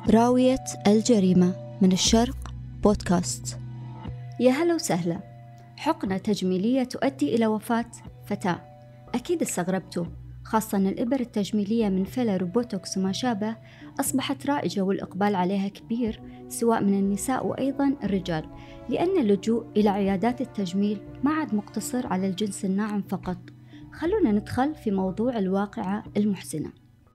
راوية الجريمة من الشرق بودكاست. يا هلا وسهلا. حقنة تجميلية تؤدي إلى وفاة فتاة. أكيد استغربتوا، خاصة أن الإبر التجميلية من فيلر وبوتوكس وما شابه أصبحت رائجة والإقبال عليها كبير سواء من النساء وأيضا الرجال، لأن اللجوء إلى عيادات التجميل ما عاد مقتصر على الجنس الناعم فقط. خلونا ندخل في موضوع الواقعة المحزنة.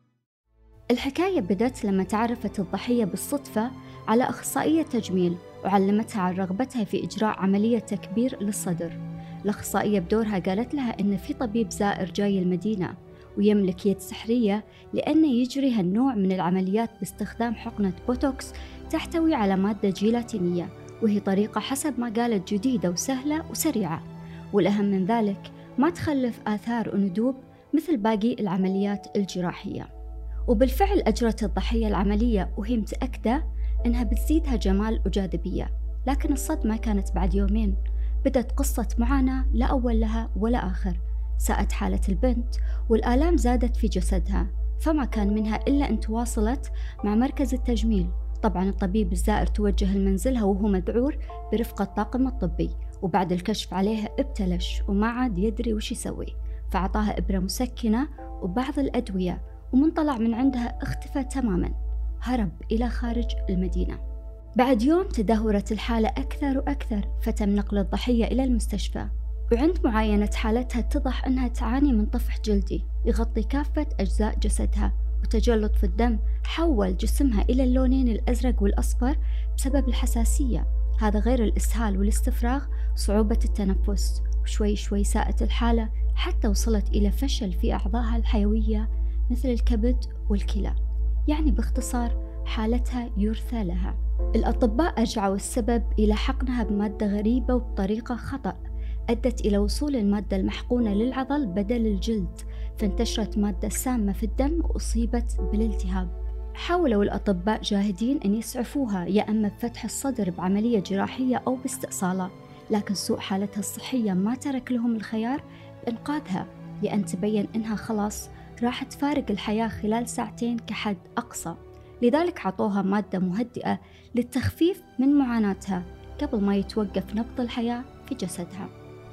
الحكاية بدأت لما تعرفت الضحية بالصدفة على أخصائية تجميل وعلمتها عن رغبتها في إجراء عملية تكبير للصدر. الأخصائية بدورها قالت لها إن في طبيب زائر جاي المدينة ويملك يد سحرية لأنه يجري هالنوع من العمليات باستخدام حقنة بوتوكس تحتوي على مادة جيلاتينية، وهي طريقة حسب ما قالت جديدة وسهلة وسريعة، والأهم من ذلك ما تخلف آثار وندوب مثل باقي العمليات الجراحية. وبالفعل أجرت الضحية العملية وهي متأكدة إنها بتزيدها جمال وجاذبية، لكن الصدمة كانت بعد يومين. بدت قصة معاناة لا أول لها ولا آخر. ساءت حالة البنت والآلام زادت في جسدها، فما كان منها إلا أن تواصلت مع مركز التجميل. طبعا الطبيب الزائر توجه لمنزلها وهو مذعور برفقة الطاقم الطبي، وبعد الكشف عليها ابتلش وما عاد يدري وش يسوي، فأعطاها إبرة مسكنة وبعض الأدوية، ومن طلع من عندها اختفى تماما، هرب إلى خارج المدينة. بعد يوم تدهورت الحالة أكثر وأكثر، فتم نقل الضحية إلى المستشفى، وعند معاينة حالتها اتضح أنها تعاني من طفح جلدي يغطي كافة أجزاء جسدها، وتجلط في الدم حول جسمها إلى اللونين الأزرق والأصفر بسبب الحساسية. هذا غير الإسهال والاستفراغ وصعوبة التنفس، وشوي شوي ساءت الحالة حتى وصلت إلى فشل في أعضائها الحيوية مثل الكبد والكلى. يعني باختصار حالتها يرثى لها. الأطباء أرجعوا السبب إلى حقنها بمادة غريبة وبطريقة خطأ أدت إلى وصول المادة المحقونة للعضل بدل الجلد، فانتشرت مادة سامة في الدم وأصيبت بالالتهاب. حاولوا الأطباء جاهدين أن يسعفوها، يا أما بفتح الصدر بعملية جراحية أو باستئصالها، لكن سوء حالتها الصحية ما ترك لهم الخيار بإنقاذها، لأن تبين أنها خلاص راح تفارق الحياة خلال ساعتين كحد أقصى. لذلك عطوها مادة مهدئة للتخفيف من معاناتها قبل ما يتوقف نبض الحياة في جسدها.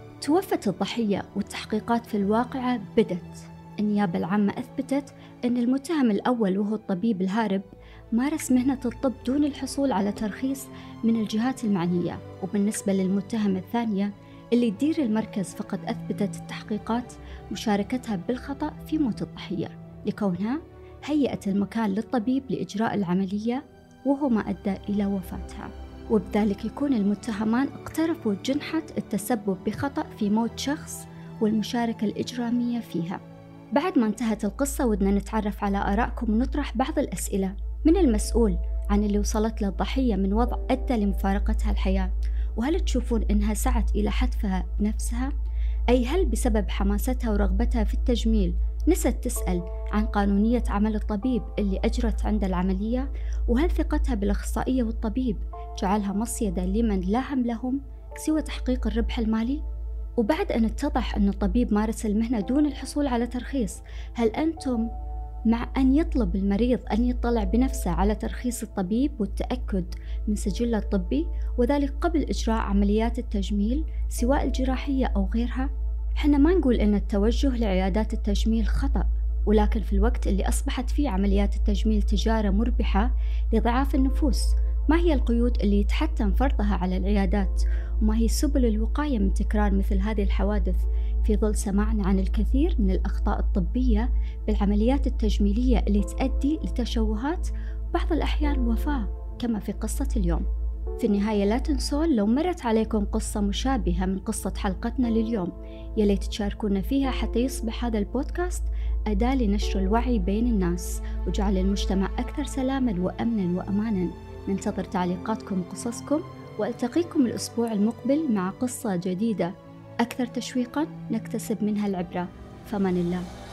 توفت الضحية والتحقيقات في الواقعة بدت. النيابة العامة أثبتت أن المتهم الأول وهو الطبيب الهارب مارس مهنة الطب دون الحصول على ترخيص من الجهات المعنية. وبالنسبة للمتهمة الثانية اللي تدير المركز، فقد أثبتت التحقيقات مشاركتها بالخطأ في موت الضحية، لكونها هيئت المكان للطبيب لإجراء العملية وهو ما أدى إلى وفاتها، وبذلك يكون المتهمان اقترفوا جنحة التسبب بخطأ في موت شخص والمشاركة الإجرامية فيها. بعد ما انتهت القصة ودنا نتعرف على آرائكم ونطرح بعض الأسئلة. من المسؤول عن اللي وصلت للضحية من وضع أدى لمفارقتها الحياة؟ وهل تشوفون إنها سعت إلى حتفها بنفسها؟ أي هل بسبب حماستها ورغبتها في التجميل نست تسأل عن قانونية عمل الطبيب اللي أجرت عند العملية؟ وهل ثقتها بالأخصائية والطبيب جعلها مصيدة لمن لا هم لهم سوى تحقيق الربح المالي؟ وبعد أن اتضح أن الطبيب مارس المهنة دون الحصول على ترخيص، هل أنتم مع أن يطلب المريض أن يطلع بنفسه على ترخيص الطبيب والتأكد من سجله الطبي، وذلك قبل إجراء عمليات التجميل سواء الجراحية أو غيرها؟ حنا ما نقول أن التوجه لعيادات التجميل خطأ، ولكن في الوقت اللي أصبحت فيه عمليات التجميل تجارة مربحة لضعاف النفوس، ما هي القيود اللي يتحتم فرضها على العيادات؟ وما هي سبل الوقاية من تكرار مثل هذه الحوادث في ظل سماعنا عن الكثير من الأخطاء الطبية بالعمليات التجميلية اللي تؤدي لتشوهات وبعض الأحيان وفاة كما في قصة اليوم؟ في النهاية لا تنسون لو مرت عليكم قصة مشابهة من قصة حلقتنا لليوم يليت تشاركونا فيها حتى يصبح هذا البودكاست أداة لنشر الوعي بين الناس وجعل المجتمع أكثر سلاما وأمنا وأمانا. ننتظر تعليقاتكم وقصصكم، وألتقيكم الأسبوع المقبل مع قصة جديدة أكثر تشويقا نكتسب منها العبرة. فمن الله.